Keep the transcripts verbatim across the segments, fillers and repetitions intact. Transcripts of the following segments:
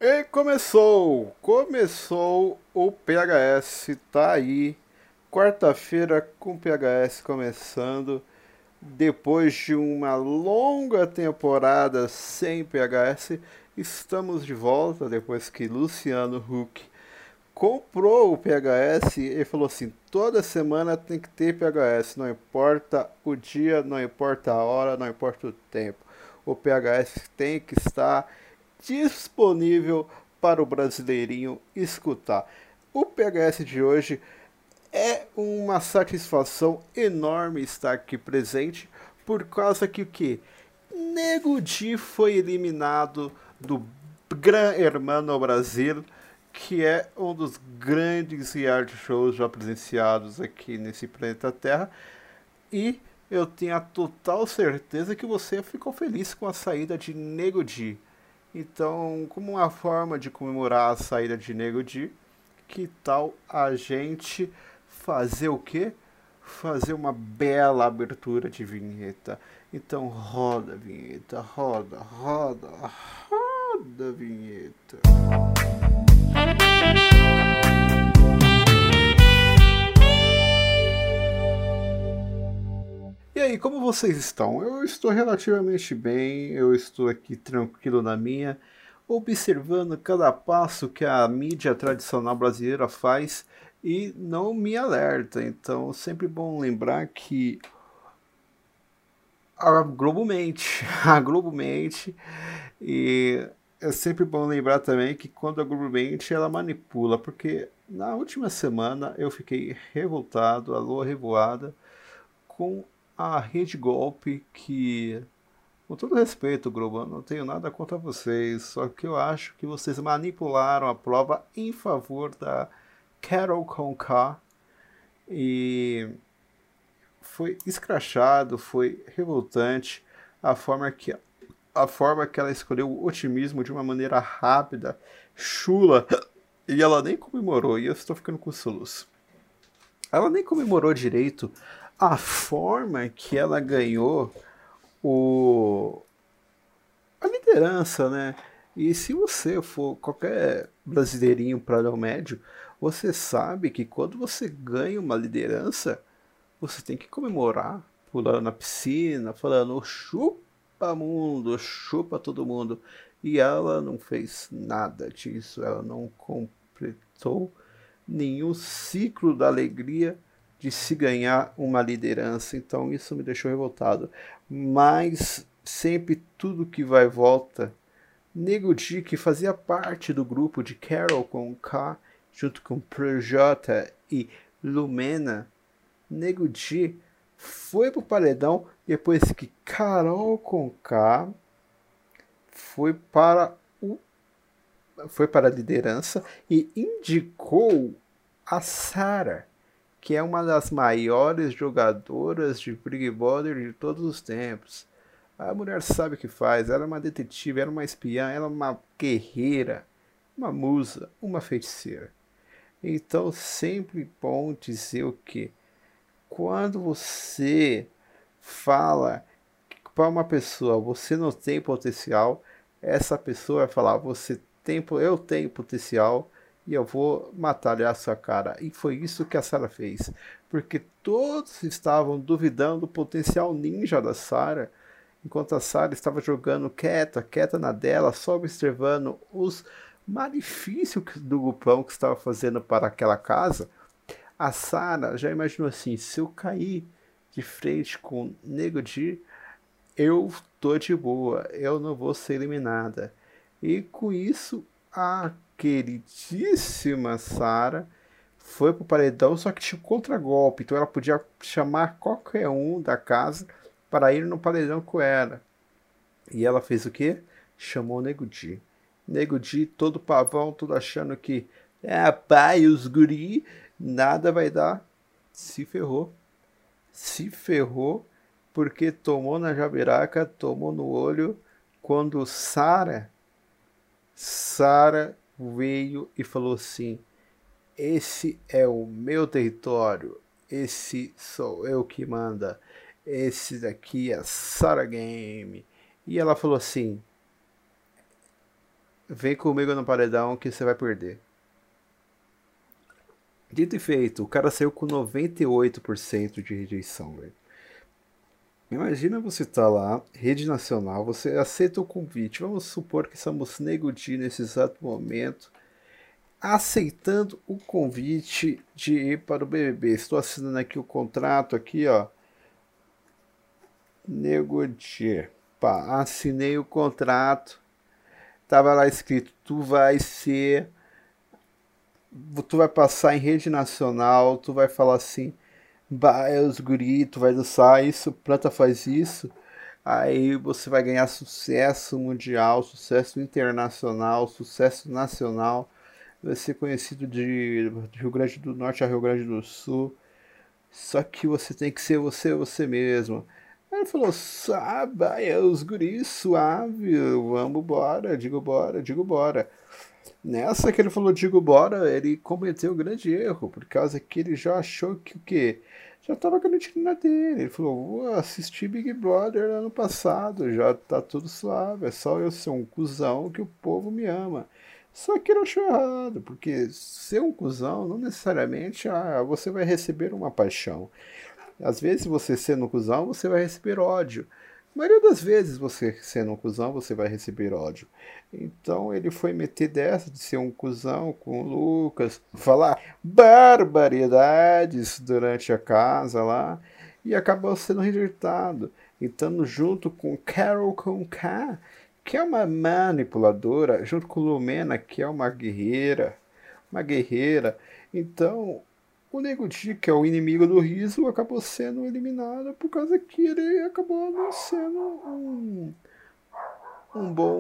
E começou! Começou o P H S, tá aí. Quarta-feira com P H S começando. Depois de uma longa temporada sem P H S, estamos de volta depois que Luciano Huck comprou o P H S e falou assim: toda semana tem que ter P H S, não importa o dia, não importa a hora, não importa o tempo. O P H S tem que estar disponível para o brasileirinho escutar. O P H S de hoje é uma satisfação enorme estar aqui presente, por causa que o que? Nego Di foi eliminado do Gran Hermano Brasil, que é um dos grandes reality shows já presenciados aqui nesse planeta Terra, e eu tenho a total certeza que você ficou feliz com a saída de Nego Di. Então, como uma forma de comemorar a saída de Nego Di, que tal a gente fazer o quê? Fazer uma bela abertura de vinheta. Então roda a vinheta, roda, roda, roda a vinheta. E aí, como vocês estão? Eu estou relativamente bem, eu estou aqui tranquilo na minha, observando cada passo que a mídia tradicional brasileira faz e não me alerta. Então, sempre bom lembrar que a Globo mente, a Globo mente, e é sempre bom lembrar também que quando a Globo mente, ela manipula, porque na última semana eu fiquei revoltado, alô revoada, com a Rede Golpe, que, com todo respeito, Globo, eu não tenho nada contra vocês, só que eu acho que vocês manipularam a prova em favor da Carol Conká e foi escrachado, foi revoltante a forma que a forma que ela escolheu o otimismo de uma maneira rápida, chula, e ela nem comemorou, e eu estou ficando com soluço. Ela nem comemorou direito a forma que ela ganhou o a liderança, né? E se você for qualquer brasileirinho para o médio, você sabe que quando você ganha uma liderança, você tem que comemorar, pulando na piscina, falando chupa mundo, chupa todo mundo. E ela não fez nada disso, ela não completou nenhum ciclo da alegria de se ganhar uma liderança. Então isso me deixou revoltado. Mas sempre tudo que vai e volta. Nego Di, que fazia parte do grupo de Carol com K, junto com Projota e Lumena, Nego Di foi pro paredão depois que Carol Conká foi para o foi para a liderança e indicou a Sara, que é uma das maiores jogadoras de Big Brother de todos os tempos. A mulher sabe o que faz, ela é uma detetive, ela é uma espiã, ela é uma guerreira, uma musa, uma feiticeira. Então sempre bom dizer o que? Quando você fala para uma pessoa, você não tem potencial, essa pessoa vai falar, você tem, eu tenho potencial e eu vou matar a sua cara. E foi isso que a Sarah fez, porque todos estavam duvidando do potencial ninja da Sarah, enquanto a Sarah estava jogando quieta, quieta na dela, só observando os malefícios do grupão que estava fazendo para aquela casa. A Sarah já imaginou assim: se eu cair de frente com o Nego Di, eu tô de boa, eu não vou ser eliminada. E com isso, a queridíssima Sarah foi pro paredão, só que tinha um contragolpe, então ela podia chamar qualquer um da casa para ir no paredão com ela. E ela fez o quê? Chamou o Nego Di. Nego Di, todo pavão, todo achando que, ah, pai, os guri, nada vai dar. Se ferrou. Se ferrou porque tomou na jabiraca, tomou no olho, quando Sara, Sara veio e falou assim: esse é o meu território, esse sou eu que manda, esse daqui é Sara Game. E ela falou assim: Vem comigo no paredão que você vai perder. Dito e feito, o cara saiu com noventa e oito por cento de rejeição, velho. Imagina você tá lá, rede nacional, você aceita o convite. Vamos supor que estamos Nego Di nesse exato momento, aceitando o convite de ir para o B B B. Estou assinando aqui o contrato aqui, ó. Nego Di. Pá, assinei o contrato. Tava lá escrito, tu vai ser, tu vai passar em rede nacional, tu vai falar assim, bah, é os guri, tu vai dançar isso, planta faz isso, aí você vai ganhar sucesso mundial, sucesso internacional, sucesso nacional, vai ser conhecido de Rio Grande do Norte a Rio Grande do Sul, só que você tem que ser você, você mesmo. Aí ele falou, sabe, é os guris, suave, vamos bora, digo bora, digo bora. Nessa que ele falou digo bora, ele cometeu um grande erro, por causa que ele já achou que o quê? Já tava garantido na dele. Ele falou, vou assistir Big Brother ano passado, já tá tudo suave, é só eu ser um cuzão que o povo me ama. Só que ele achou errado, porque ser um cuzão não necessariamente ah, você vai receber uma paixão. Às vezes você sendo um cuzão, você vai receber ódio. A maioria das vezes você sendo um cuzão, você vai receber ódio. Então ele foi meter dessa de ser um cuzão com o Lucas, falar barbaridades durante a casa lá, e acabou sendo rejeitado. Então, junto com Carol Conká, que é uma manipuladora, junto com Lumena, que é uma guerreira, uma guerreira. Então, o Nego Di, que é o inimigo do riso, acabou sendo eliminado por causa que ele acabou não sendo um, um bom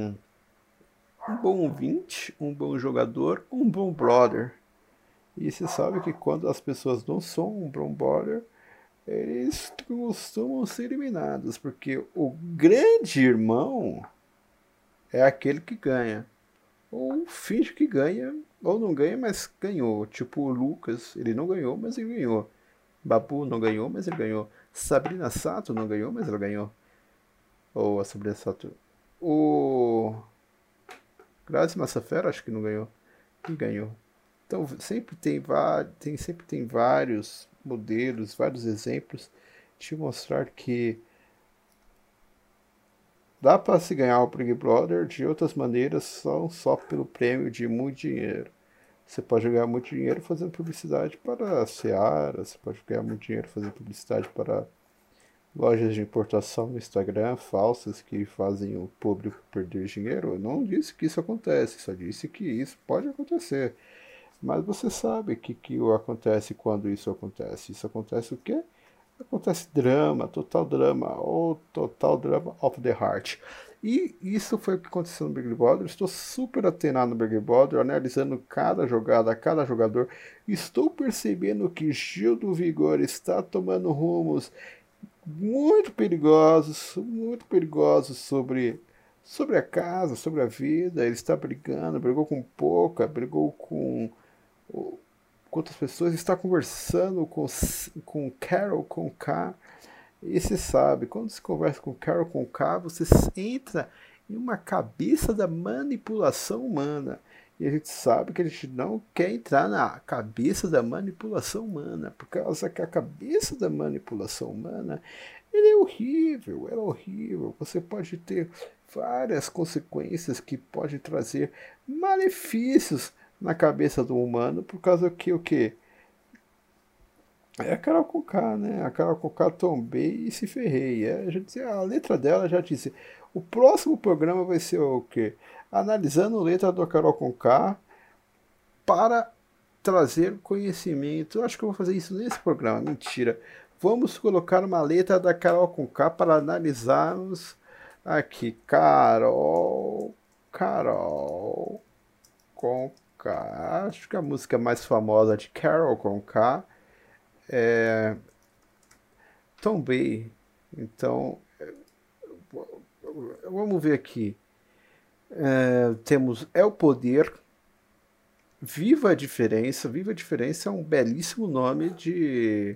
um bom ouvinte, um bom jogador, um bom brother. E você sabe que quando as pessoas não são um bom brother, eles costumam ser eliminados, porque o grande irmão é aquele que ganha. Ou finge que ganha, ou não ganha, mas ganhou. Tipo o Lucas, ele não ganhou, mas ele ganhou. Babu não ganhou, mas ele ganhou. Sabrina Sato não ganhou, mas ela ganhou. Ou a Sabrina Sato. O Grazi Massafera acho que não ganhou. E ganhou. Então sempre tem, tem, sempre tem vários modelos, vários exemplos de mostrar que dá para se ganhar o Big Brother de outras maneiras, só, só pelo prêmio de muito dinheiro. Você pode ganhar muito dinheiro fazendo publicidade para a Seara, você pode ganhar muito dinheiro fazendo publicidade para lojas de importação no Instagram falsas que fazem o público perder dinheiro. Eu não disse que isso acontece, só disse que isso pode acontecer. Mas você sabe que que acontece quando isso acontece. Isso acontece o quê? Acontece drama, total drama, ou total drama of the heart. E isso foi o que aconteceu no Big Brother. Estou super atenado no Big Brother, analisando cada jogada, cada jogador. Estou percebendo que Gil do Vigor está tomando rumos muito perigosos, muito perigosos sobre, sobre a casa, sobre a vida. Ele está brigando, brigou com Poca, brigou com quantas pessoas, está conversando com, com Carol Conká. E você sabe, quando se conversa com Carol Conká, você entra em uma cabeça da manipulação humana. E a gente sabe que a gente não quer entrar na cabeça da manipulação humana, por causa que a cabeça da manipulação humana ele é horrível, ela é horrível. Você pode ter várias consequências que podem trazer malefícios na cabeça do humano, por causa que o que? É a Carol Conká, né? A Carol Conká tombei e se ferrei. É, a, gente, a letra dela já disse. O próximo programa vai ser o quê? Analisando a letra da Carol Conká para trazer conhecimento. Eu acho que eu vou fazer isso nesse programa. Mentira. Vamos colocar uma letra da Carol Conká para analisarmos aqui. Carol. Carol Conká. Acho que a música mais famosa de Carol Conká é Tombei. Então, vamos ver aqui. É, temos É o Poder, Viva a Diferença. Viva a Diferença é um belíssimo nome de,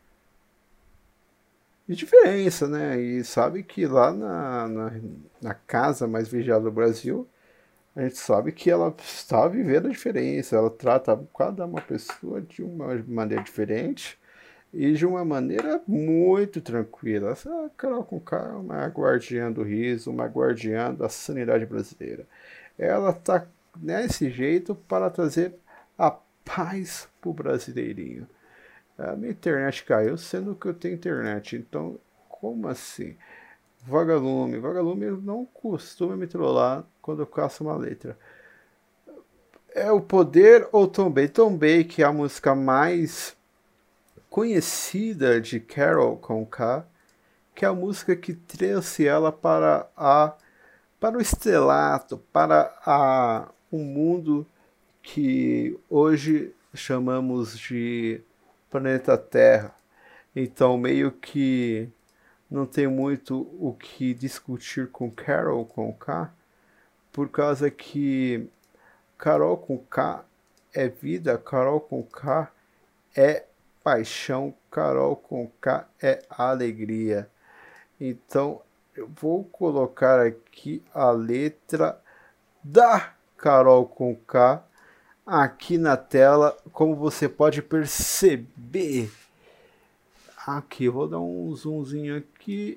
de diferença, né? E sabe que lá na, na, na casa mais vigiada do Brasil, A gente sabe que ela está vivendo a diferença, ela trata cada uma pessoa de uma maneira diferente e de uma maneira muito tranquila. Essa Carol Conká é uma guardiã do riso, uma guardiã da sanidade brasileira. Ela está nesse jeito para trazer a paz pro brasileirinho. A minha internet caiu, sendo que eu tenho internet. Então, como assim? Vagalume. Vagalume não costuma me trollar quando eu caço uma letra. É o Poder ou Tombay? Tombay, que é a música mais conhecida de Carol Conká, que é a música que trouxe ela para a para o estrelato, para a, um mundo que hoje chamamos de planeta Terra. Então, meio que não tem muito o que discutir com Carol Conká, por causa que Carol Conká é vida, Carol Conká é paixão, Carol Conká é alegria. Então, eu vou colocar aqui a letra da Carol Conká aqui na tela, como você pode perceber. Aqui, vou dar um zoomzinho aqui.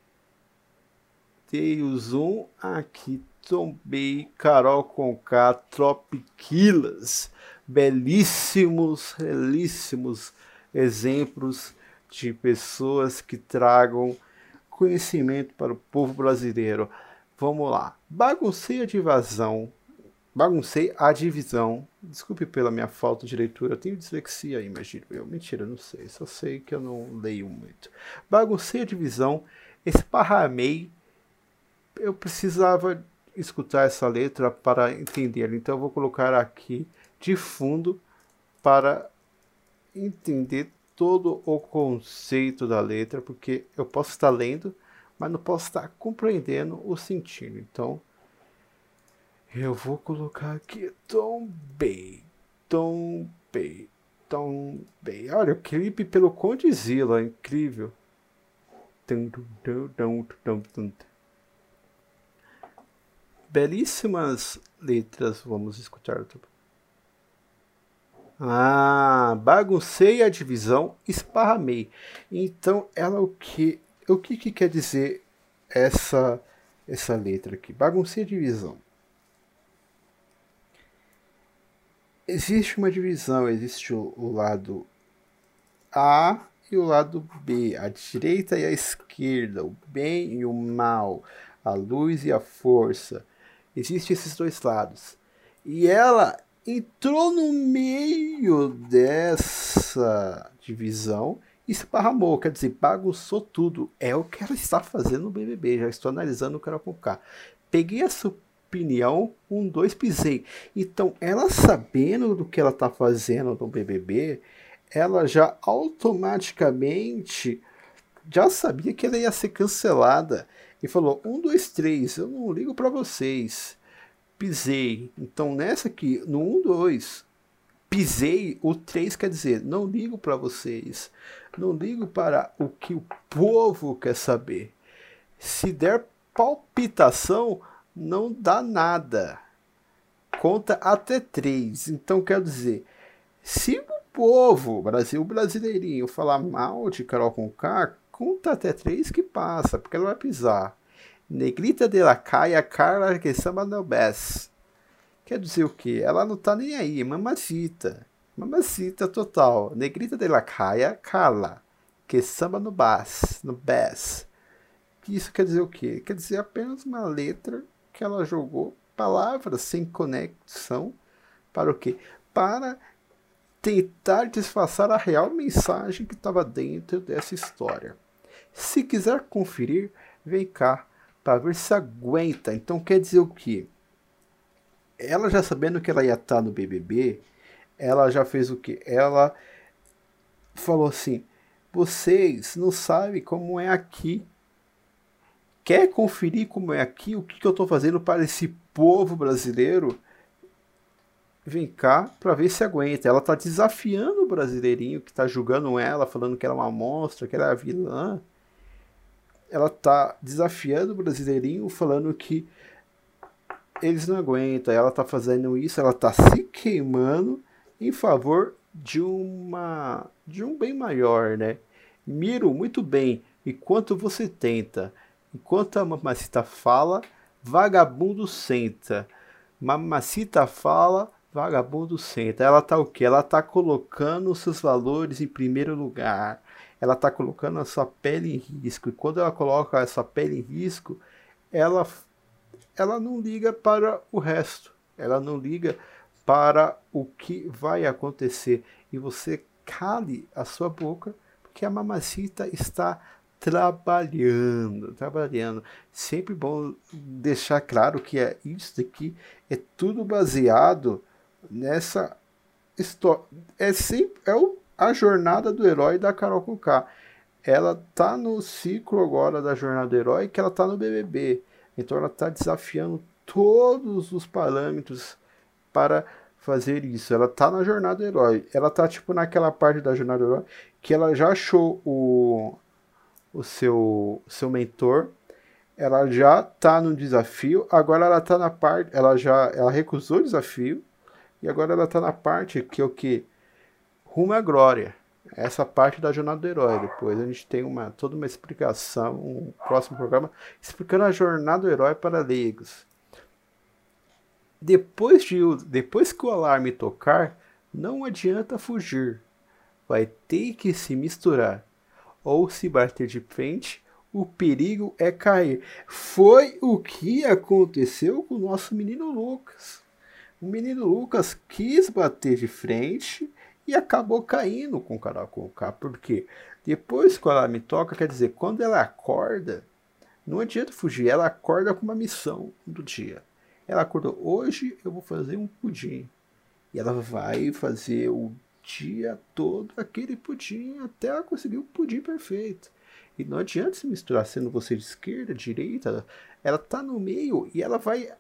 Dei o zoom aqui. Tombay, Carol Conká, Tropiquilas. Belíssimos, belíssimos exemplos de pessoas que tragam conhecimento para o povo brasileiro. Vamos lá. Baguncei a divisão. Baguncei a divisão. Desculpe pela minha falta de leitura. Eu tenho dislexia, imagino eu. Mentira, não sei. Só sei que eu não leio muito. Baguncei a divisão. Esparramei. Eu precisava escutar essa letra para entender. Então eu vou colocar aqui de fundo para entender todo o conceito da letra, porque eu posso estar lendo, mas não posso estar compreendendo o sentido. Então, eu vou colocar aqui Tombay, Tombay, Tombay. Olha, o clipe pelo Condzilla, incrível. Belíssimas letras, vamos escutar. Ah, baguncei a divisão, esparramei. Então, ela o que, o que, que quer dizer essa essa letra aqui? Baguncei a divisão. Existe uma divisão, existe o, o lado A e o lado B, a direita e a esquerda, o bem e o mal, a luz e a força. Existem esses dois lados. E ela entrou no meio dessa divisão e esparramou, quer dizer, bagunçou tudo. É o que ela está fazendo no B B B, já estou analisando o Carol Conká. Peguei essa opinião, um, dois, pisei. Então, ela sabendo do que ela está fazendo no B B B, ela já automaticamente já sabia que ela ia ser cancelada. E falou, um, dois, três, eu não ligo para vocês. Pisei. Então nessa aqui, no um, dois, pisei, o três quer dizer, não ligo para vocês. Não ligo para o que o povo quer saber. Se der palpitação, não dá nada. Conta até três. Então quer dizer, se o povo, Brasil brasileirinho, falar mal de Carol Conká, conta até três que passa, porque ela vai pisar. Negrita de la calle, Carla que samba no best. Quer dizer o quê? Ela não tá nem aí, mamacita. Mamacita total. Negrita de la calle, Carla que samba no bass, no bass. Isso quer dizer o quê? Quer dizer apenas uma letra que ela jogou palavras sem conexão para o quê? Para tentar disfarçar a real mensagem que estava dentro dessa história. Se quiser conferir, vem cá para ver se aguenta. Então quer dizer o quê? Ela já sabendo que ela ia estar no B B B, ela já fez o quê? Ela falou assim, vocês não sabem como é aqui. Quer conferir como é aqui? O que, que eu estou fazendo para esse povo brasileiro? Vem cá para ver se aguenta. Ela está desafiando o brasileirinho que está julgando ela, falando que ela é uma monstra, que ela é a vilã. Ela está desafiando o brasileirinho, falando que eles não aguentam. Ela tá fazendo isso, ela tá se queimando em favor de uma de um bem maior, né? Miro muito bem, enquanto você tenta, enquanto a mamacita fala, vagabundo senta. Mamacita fala, vagabundo senta. Ela tá o quê? Ela tá colocando os seus valores em primeiro lugar. Ela tá colocando a sua pele em risco. E quando ela coloca essa pele em risco, ela ela não liga para o resto, ela não liga para o que vai acontecer. E você cale a sua boca, porque a mamacita está trabalhando, trabalhando. Sempre bom deixar claro que é isso daqui é tudo baseado nessa história. É sempre é o, a jornada do herói da Carol Conká. Ela tá no ciclo agora da jornada do herói, que ela tá no B B B. Então ela está desafiando todos os parâmetros para fazer isso. Ela está na jornada do herói. Ela está tipo naquela parte da jornada do herói que ela já achou o, o seu, seu mentor. Ela já está no desafio. Agora ela está na parte. Ela já ela recusou o desafio. E agora ela está na parte que é o que? Rumo à glória. Essa parte da jornada do herói. Depois a gente tem uma, toda uma explicação, um próximo programa, explicando a jornada do herói para leigos. Depois, de, depois que o alarme tocar, não adianta fugir. Vai ter que se misturar. Ou se bater de frente, o perigo é cair. Foi o que aconteceu com o nosso menino Lucas. O menino Lucas quis bater de frente e acabou caindo com o Carol Conká. Por quê? Depois que ela me toca, quer dizer, quando ela acorda, não adianta fugir, ela acorda com uma missão do dia. Ela acordou, hoje eu vou fazer um pudim. E ela vai fazer o dia todo aquele pudim até ela conseguir o pudim perfeito. E não adianta se misturar, sendo você de esquerda, direita, ela tá no meio e ela vai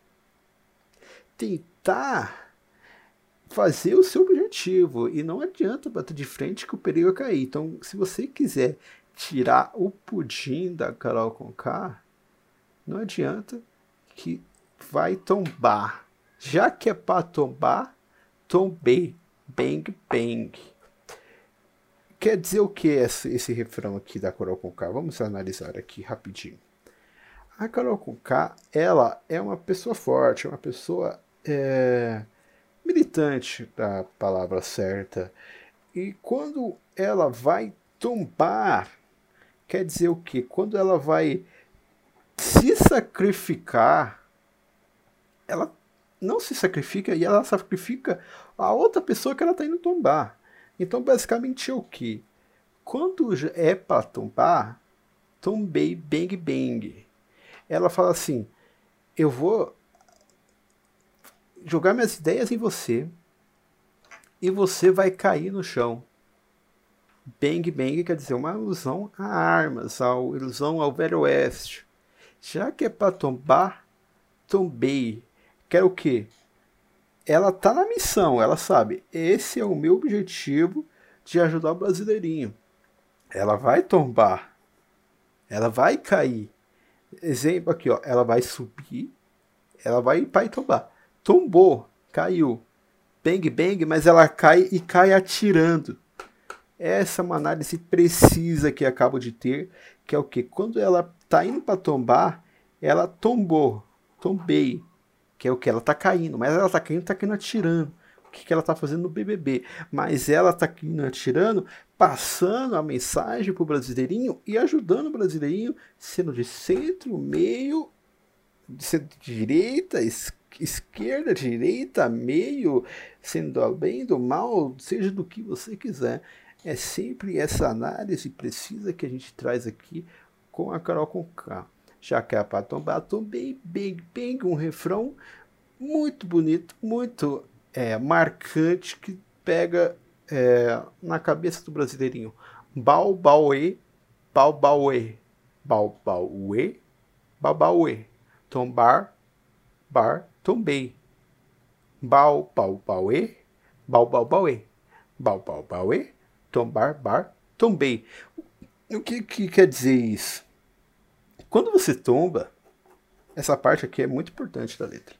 tentar fazer o seu objetivo. E não adianta bater de frente que o perigo vai cair. Então, se você quiser tirar o pudim da Carol Conká, não adianta que vai tombar. Já que é para tombar, tombei. Bang, bang. Quer dizer o que esse, esse refrão aqui da Carol Conká? Vamos analisar aqui rapidinho. A Carol Conká, ela é uma pessoa forte, é uma pessoa é, militante, da palavra certa. E quando ela vai tombar, quer dizer o quê? Quando ela vai se sacrificar, ela não se sacrifica e ela sacrifica a outra pessoa que ela está indo tombar. Então, basicamente é o que? Quando é para tombar, tombei, bang, bang. Ela fala assim, eu vou jogar minhas ideias em você e você vai cair no chão. Bang, bang quer dizer uma alusão a armas, a ilusão ao Velho Oeste. Já que é para tombar, tombei. Quer o quê? Ela tá na missão, ela sabe, esse é o meu objetivo de ajudar o brasileirinho. Ela vai tombar, ela vai cair. Exemplo aqui, ó, ela vai subir, ela vai para tombar. Tombou, caiu. Bang, bang, mas ela cai e cai atirando. Essa é uma análise precisa que acabo de ter, que é o que? Quando ela tá indo para tombar, ela tombou, tombei. Que é o que? Ela tá caindo, mas ela tá caindo, tá caindo atirando. O que, que ela tá fazendo no B B B? Mas ela tá caindo atirando, passando a mensagem pro brasileirinho e ajudando o brasileirinho, sendo de centro, meio, de centro, direita, es, esquerda, direita, meio, sendo do bem, do mal, seja do que você quiser. É sempre essa análise precisa que a gente traz aqui com a Carol Conká. Já que é para tombar, tombei, bang, bang, um refrão muito bonito, muito é, marcante, que pega é, na cabeça do brasileirinho. Bau, bauê, bau, bauê, bau, bauê, bau, bauê, tombar, bar, tombei. Bau, bau, bauê, bau, bau, bauê, bau, bau, bauê, tombar, bar, tombei. O que, que quer dizer isso? Quando você tomba, essa parte aqui é muito importante da letra.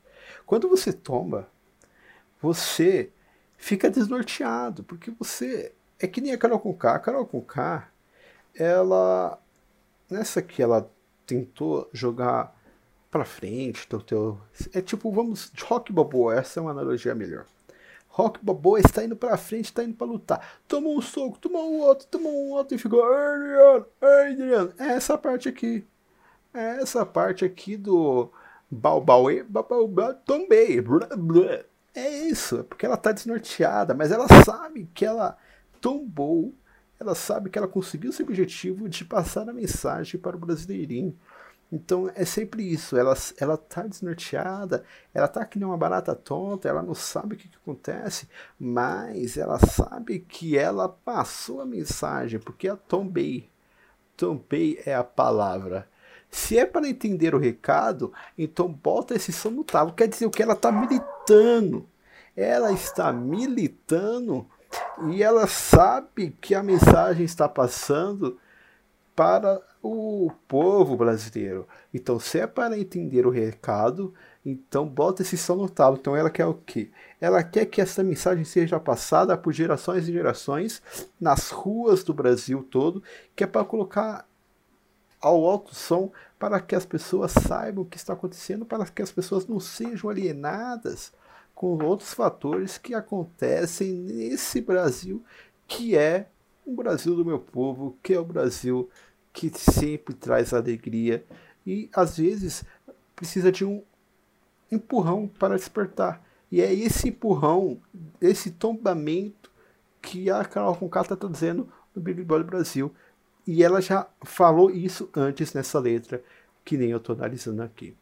Quando você tomba, você fica desnorteado, porque você é que nem a Carol Conká. A Carol Conká, ela, nessa que ela tentou jogar pra frente, então, teu, é tipo, vamos, Rock Balboa, essa é uma analogia melhor. Rock Balboa está indo pra frente, está indo pra lutar. Tomou um soco, tomou um outro, tomou um outro e ficou, Adriano, Adriano. É essa parte aqui. É essa parte aqui do Balbauê, tombei. É isso, é porque ela tá desnorteada, mas ela sabe que ela tombou, ela sabe que ela conseguiu seu objetivo de passar a mensagem para o brasileirinho. Então é sempre isso, ela, ela tá desnorteada, ela tá que nem uma barata tonta, ela não sabe o que, que acontece, mas ela sabe que ela passou a mensagem, porque a tombei. Tombei é a palavra. Se é para entender o recado, então bota esse som no talo. Quer dizer o que ela está militando. Ela está militando e ela sabe que a mensagem está passando para o povo brasileiro. Então, se é para entender o recado, então bota esse som no talo. Então, ela quer o quê? Ela quer que essa mensagem seja passada por gerações e gerações nas ruas do Brasil todo, que é para colocar ao alto som para que as pessoas saibam o que está acontecendo, para que as pessoas não sejam alienadas com outros fatores que acontecem nesse Brasil, que é o Brasil do meu povo, que é o Brasil que sempre traz alegria e às vezes precisa de um empurrão para despertar. E é esse empurrão, esse tombamento que a Carol Conká está trazendo no Big Brother Brasil. E ela já falou isso antes nessa letra, que nem eu estou analisando aqui.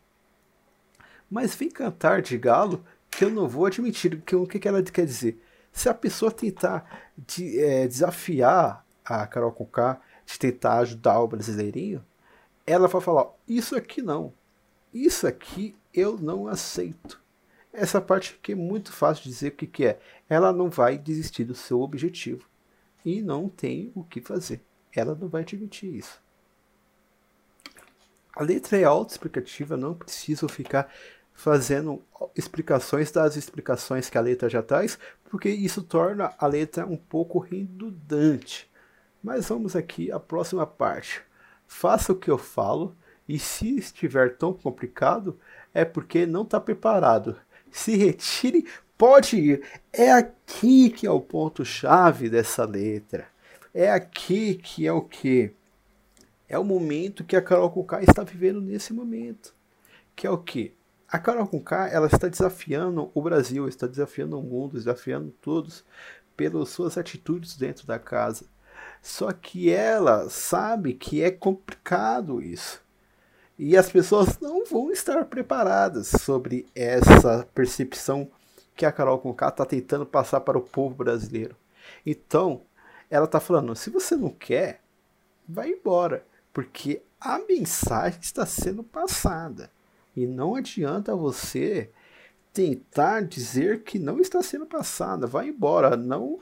Mas vem cantar de galo, que eu não vou admitir. Que, o que, que ela quer dizer? Se a pessoa tentar de, é, desafiar a Carol Conká, de tentar ajudar o brasileirinho, ela vai falar, isso aqui não. Isso aqui eu não aceito. Essa parte aqui é muito fácil de dizer o que, que é. Ela não vai desistir do seu objetivo. E não tem o que fazer. Ela não vai admitir isso. A letra é autoexplicativa, não preciso ficar fazendo explicações das explicações que a letra já traz, porque isso torna a letra um pouco redundante. Mas vamos aqui à próxima parte. Faça o que eu falo, e se estiver tão complicado, é porque não está preparado. Se retire, pode ir. É aqui que é o ponto-chave dessa letra. É aqui que é o quê? É o momento que a Carol Conká está vivendo nesse momento. Que é o quê? A Carol Conká, ela está desafiando o Brasil, está desafiando o mundo, desafiando todos pelas suas atitudes dentro da casa. Só que ela sabe que é complicado isso. E as pessoas não vão estar preparadas sobre essa percepção que a Carol Conká está tentando passar para o povo brasileiro. Então, ela está falando, se você não quer, vai embora. Porque a mensagem está sendo passada. E não adianta você tentar dizer que não está sendo passada. Vai embora. Não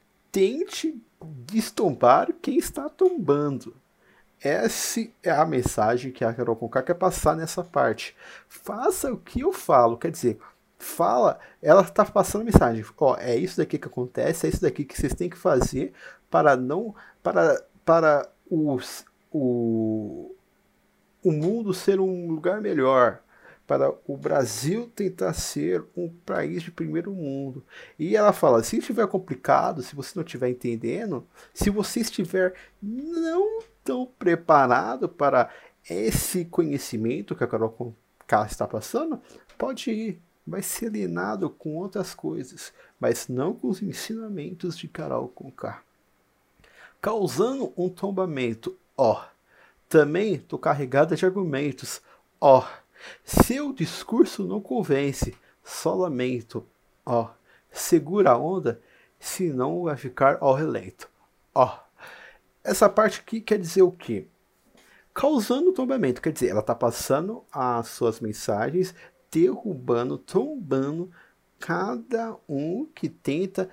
tente destombar quem está tombando. Essa é a mensagem que a Carol Conká quer passar nessa parte. Faça o que eu falo. Quer dizer, fala, ela está passando a mensagem. Ó, é isso daqui que acontece, é isso daqui que vocês têm que fazer para não para para os, o o mundo ser um lugar melhor, para o Brasil tentar ser um país de primeiro mundo. E ela fala, se estiver complicado, se você não estiver entendendo, se você estiver não tão preparado para esse conhecimento que a Carol Conká está passando, pode ir. Vai ser alienado com outras coisas, mas não com os ensinamentos de Carol Conká. Causando um tombamento, ó. Também estou carregada de argumentos, ó. Seu discurso não convence, só lamento, ó. Segura a onda, senão vai ficar ao relento, ó. Essa parte aqui quer dizer o quê? Causando tombamento, quer dizer, ela está passando as suas mensagens, derrubando, tombando cada um que tenta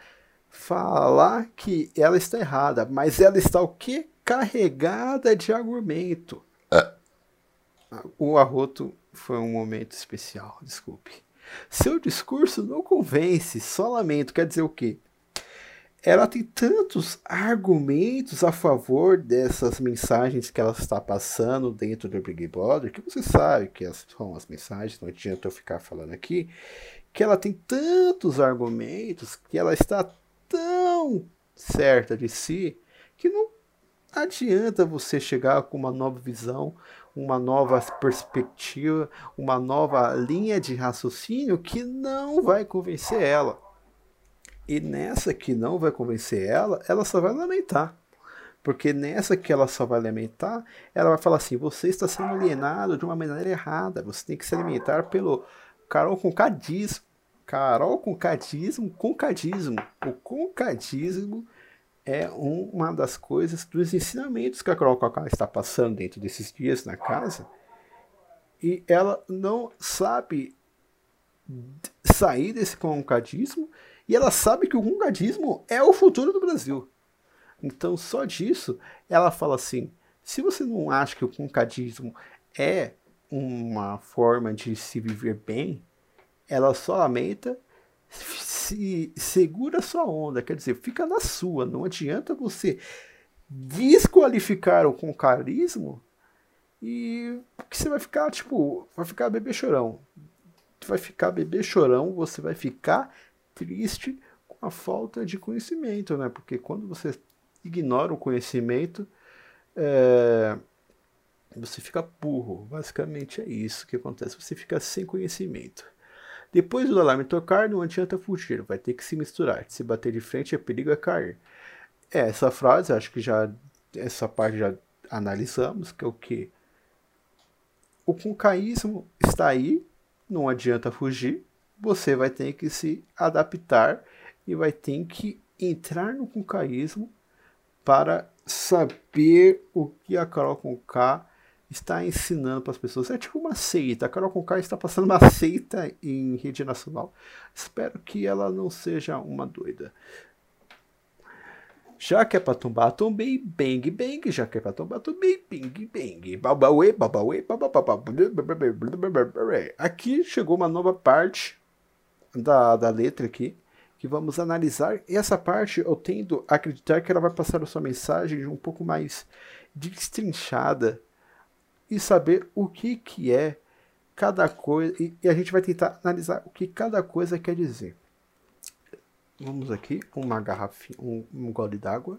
falar que ela está errada, mas ela está o quê? Carregada de argumento. O arroto foi um momento especial, desculpe. Seu discurso não convence, só lamento. Quer dizer o quê? Ela tem tantos argumentos a favor dessas mensagens que ela está passando dentro do Big Brother, que você sabe que são as mensagens, não adianta eu ficar falando aqui, que ela tem tantos argumentos, que ela está tão certa de si, que não adianta você chegar com uma nova visão, uma nova perspectiva, uma nova linha de raciocínio que não vai convencer ela. E nessa que não vai convencer ela, ela só vai lamentar. Porque nessa que ela só vai lamentar, ela vai falar assim, você está sendo alienado de uma maneira errada, você tem que se alimentar pelo Carol Concadismo. Carol Concadismo, concadismo. O concadismo é uma das coisas, dos ensinamentos que a Carol Conká está passando dentro desses dias na casa. E ela não sabe sair desse concadismo, e ela sabe que o concadismo é o futuro do Brasil. Então, só disso, ela fala assim, se você não acha que o concadismo é uma forma de se viver bem, ela só lamenta, se segura sua onda, quer dizer, fica na sua, não adianta você desqualificar o concadismo e que você vai ficar, tipo, vai ficar bebê chorão. Vai ficar bebê chorão, você vai ficar triste com a falta de conhecimento, né? Porque quando você ignora o conhecimento, é, você fica burro. Basicamente é isso que acontece. Você fica sem conhecimento. Depois do alarme tocar, não adianta fugir. Vai ter que se misturar. Se bater de frente, é perigo é cair. É, essa frase, acho que já essa parte já analisamos, que é o que? O concaísmo está aí, não adianta fugir. Você vai ter que se adaptar e vai ter que entrar no concaísmo para saber o que a Carol Conká está ensinando para as pessoas. É tipo uma seita. A Carol Conká está passando uma seita em rede nacional. Espero que ela não seja uma doida. Já que é para tombar, tombei, bang, bang. Já que é para tombar, tombei, bang, bang. Babauê, babauê, babababá. Aqui chegou uma nova parte da, da letra aqui, que vamos analisar. E essa parte eu tendo a acreditar que ela vai passar a sua mensagem um pouco mais destrinchada e saber o que, que é cada coisa. E, e a gente vai tentar analisar o que cada coisa quer dizer. Vamos aqui, uma garrafinha, um, um gole d'água.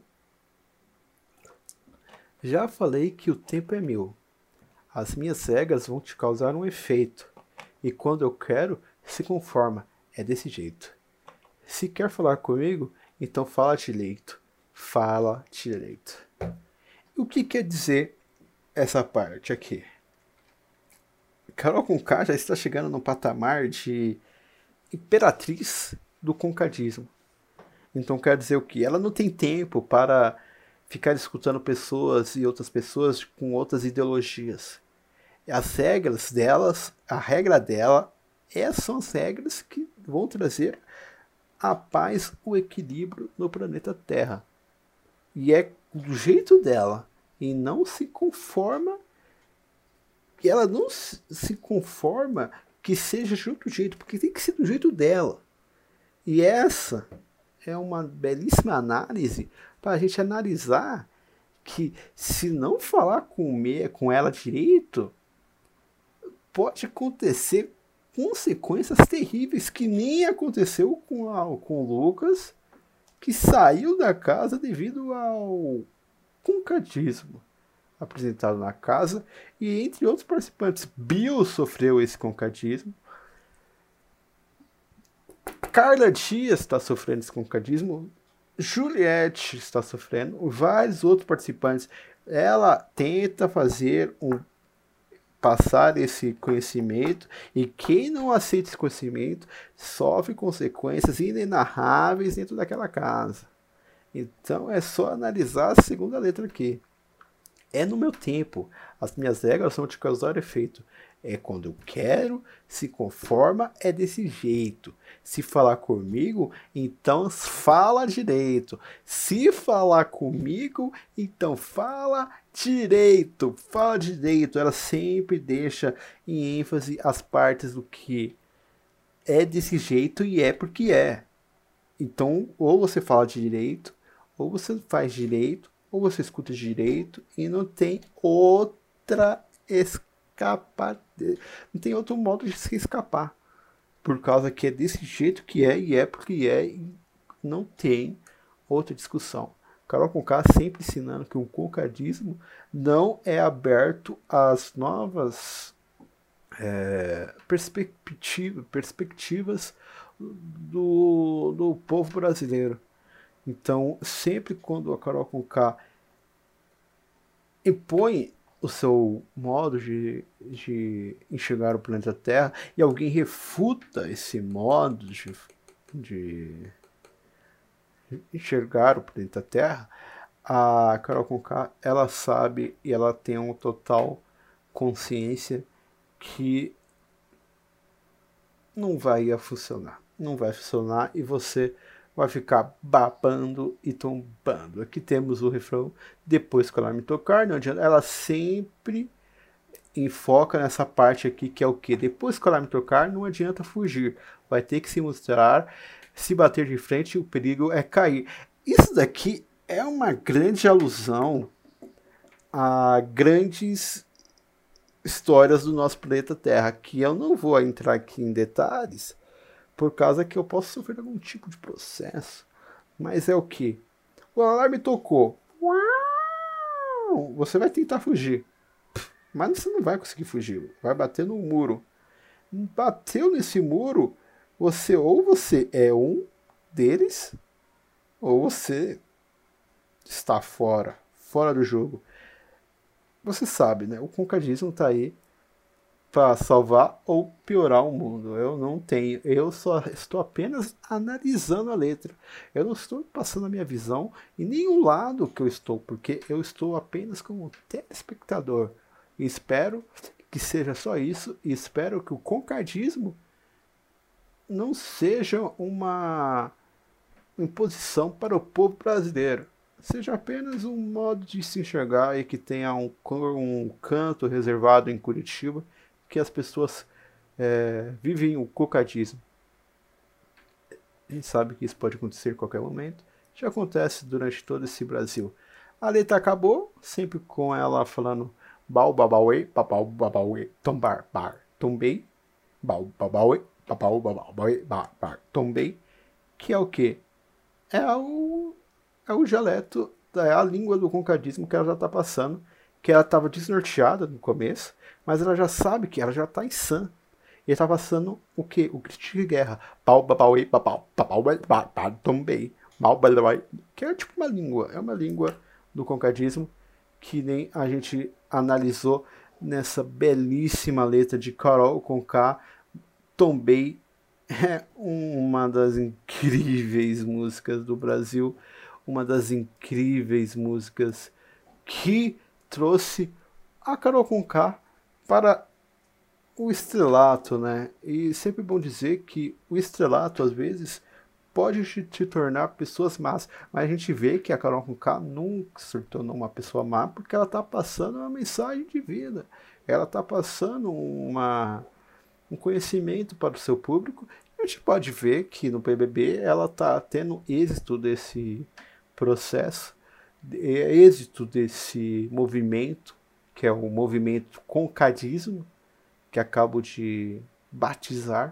Já falei que o tempo é meu. As minhas regras vão te causar um efeito. E quando eu quero, se conforma. É desse jeito. Se quer falar comigo, então fala direito. Fala direito. O que quer dizer essa parte aqui? Carol Conká já está chegando no patamar de imperatriz do concadismo. Então quer dizer o que? Ela não tem tempo para ficar escutando pessoas e outras pessoas com outras ideologias. As regras delas, a regra dela, essas são as regras que vão trazer a paz, o equilíbrio no planeta Terra. E é do jeito dela. E não se conforma, que ela não se conforma que seja de outro jeito, porque tem que ser do jeito dela. E essa é uma belíssima análise para a gente analisar que se não falar com, me, com ela direito, pode acontecer consequências terríveis, que nem aconteceu com, a, com o Lucas, que saiu da casa devido ao concadismo apresentado na casa, e entre outros participantes, Bill sofreu esse concadismo, Carla Dias está sofrendo esse concadismo, Juliette está sofrendo, vários outros participantes. Ela tenta fazer um passar esse conhecimento, e quem não aceita esse conhecimento sofre consequências inenarráveis dentro daquela casa. Então é só analisar a segunda letra aqui. É no meu tempo. As minhas regras vão te causar efeito. É quando eu quero, se conforma, é desse jeito. Se falar comigo, então fala direito. Se falar comigo, então fala direito. Fala direito. Ela sempre deixa em ênfase as partes do que é desse jeito e é porque é. Então, ou você fala de direito, ou você faz direito, ou você escuta direito e não tem outra escapa, não tem outro modo de se escapar. Por causa que é desse jeito que é e é porque é e não tem outra discussão. Carol Conká sempre ensinando que o concardismo não é aberto às novas é, perspectiva, perspectivas do, do povo brasileiro. Então, sempre quando a Carol Conká impõe o seu modo de, de enxergar o planeta Terra e alguém refuta esse modo de, de enxergar o planeta Terra, a Carol Conká, ela sabe e ela tem uma total consciência que não vai funcionar. Não vai funcionar e você vai ficar babando e tombando. Aqui temos o refrão, depois que ela me tocar, não adianta. Ela sempre enfoca nessa parte aqui que é o que? Depois que ela me tocar, não adianta fugir. Vai ter que se mostrar, se bater de frente, o perigo é cair. Isso daqui é uma grande alusão a grandes histórias do nosso planeta Terra, que eu não vou entrar aqui em detalhes, por causa que eu posso sofrer algum tipo de processo. Mas é o que? O alarme tocou. Uau! Você vai tentar fugir. Mas você não vai conseguir fugir. Vai bater no muro. Bateu nesse muro, você ou você é um deles, ou você está fora. Fora do jogo. Você sabe, né? O concardismo está aí para salvar ou piorar o mundo. Eu não tenho, eu só estou apenas analisando a letra. Eu não estou passando a minha visão em nenhum lado que eu estou, porque eu estou apenas como telespectador. E espero que seja só isso, e espero que o concardismo não seja uma imposição para o povo brasileiro. Seja apenas um modo de se enxergar e que tenha um, um canto reservado em Curitiba que as pessoas é, vivem o cocadismo. A gente sabe que isso pode acontecer em qualquer momento. Já acontece durante todo esse Brasil. A letra acabou, sempre com ela falando bau babauê, babau babauê, tombar, bar, tombei, bau babauê, babau babauê, bar, bar, tombei, que é o que? É o, é o dialeto, é a língua do concardismo que ela já está passando, que ela estava desnorteada no começo, mas ela já sabe que ela já está em sã. E está passando o que? O grito de guerra. Pau, babau, babau, babau, babau, tombei, mal, babau, que é tipo uma língua, é uma língua do concardismo que nem a gente analisou nessa belíssima letra de Carol Conká, Tombei. É uma das incríveis músicas do Brasil, uma das incríveis músicas que trouxe a Carol Conká para o estrelato, né? E sempre bom dizer que o estrelato, às vezes, pode te, te tornar pessoas más, mas a gente vê que a Carol Conká nunca se tornou uma pessoa má, porque ela está passando uma mensagem de vida, ela está passando uma, um conhecimento para o seu público. A gente pode ver que no P B B ela está tendo êxito desse processo, êxito desse movimento, que é o movimento concardismo, que acabo de batizar.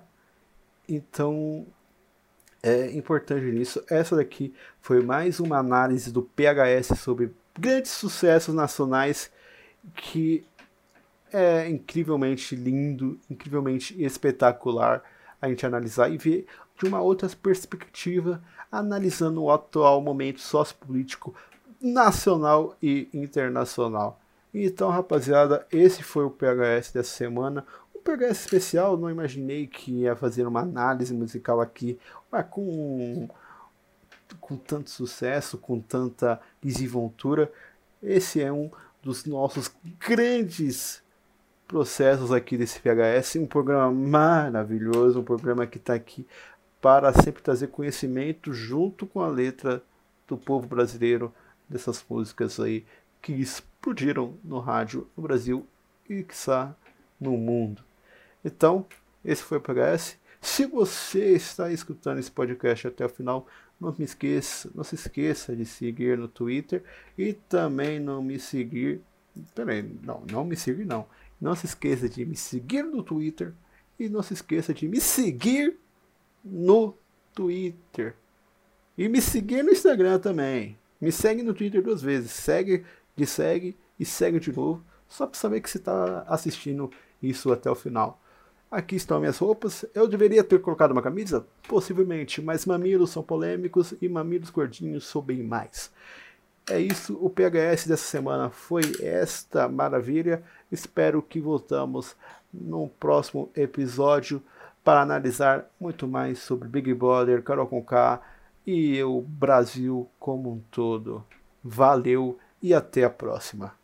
Então é importante nisso. Essa daqui foi mais uma análise do P H S sobre grandes sucessos nacionais, que é incrivelmente lindo, incrivelmente espetacular a gente analisar e ver de uma outra perspectiva, analisando o atual momento sociopolítico nacional e internacional. Então, rapaziada, esse foi o P H S dessa semana. Um P H S especial, não imaginei que ia fazer uma análise musical aqui, mas com, com tanto sucesso, com tanta desenvoltura. Esse é um dos nossos grandes processos aqui desse P H S, um programa maravilhoso, um programa que está aqui para sempre trazer conhecimento junto com a letra do povo brasileiro, dessas músicas aí que explodiram no rádio no Brasil e, quiçá, no mundo. Então, esse foi o P H S. Se você está escutando esse podcast até o final, não me esqueça, não se esqueça de seguir no Twitter e também não me seguir. Peraí, não, não me seguir não. Não se esqueça de me seguir no Twitter e não se esqueça de me seguir no Twitter. E me seguir no Instagram também. Me segue no Twitter duas vezes. Segue, de segue e segue de novo. Só para saber que você está assistindo isso até o final. Aqui estão minhas roupas. Eu deveria ter colocado uma camisa? Possivelmente, mas mamilos são polêmicos e mamilos gordinhos sou bem mais. É isso, o P H S dessa semana foi esta maravilha. Espero que voltamos no próximo episódio para analisar muito mais sobre Big Brother, Carol Conká e o Brasil como um todo. Valeu e até a próxima.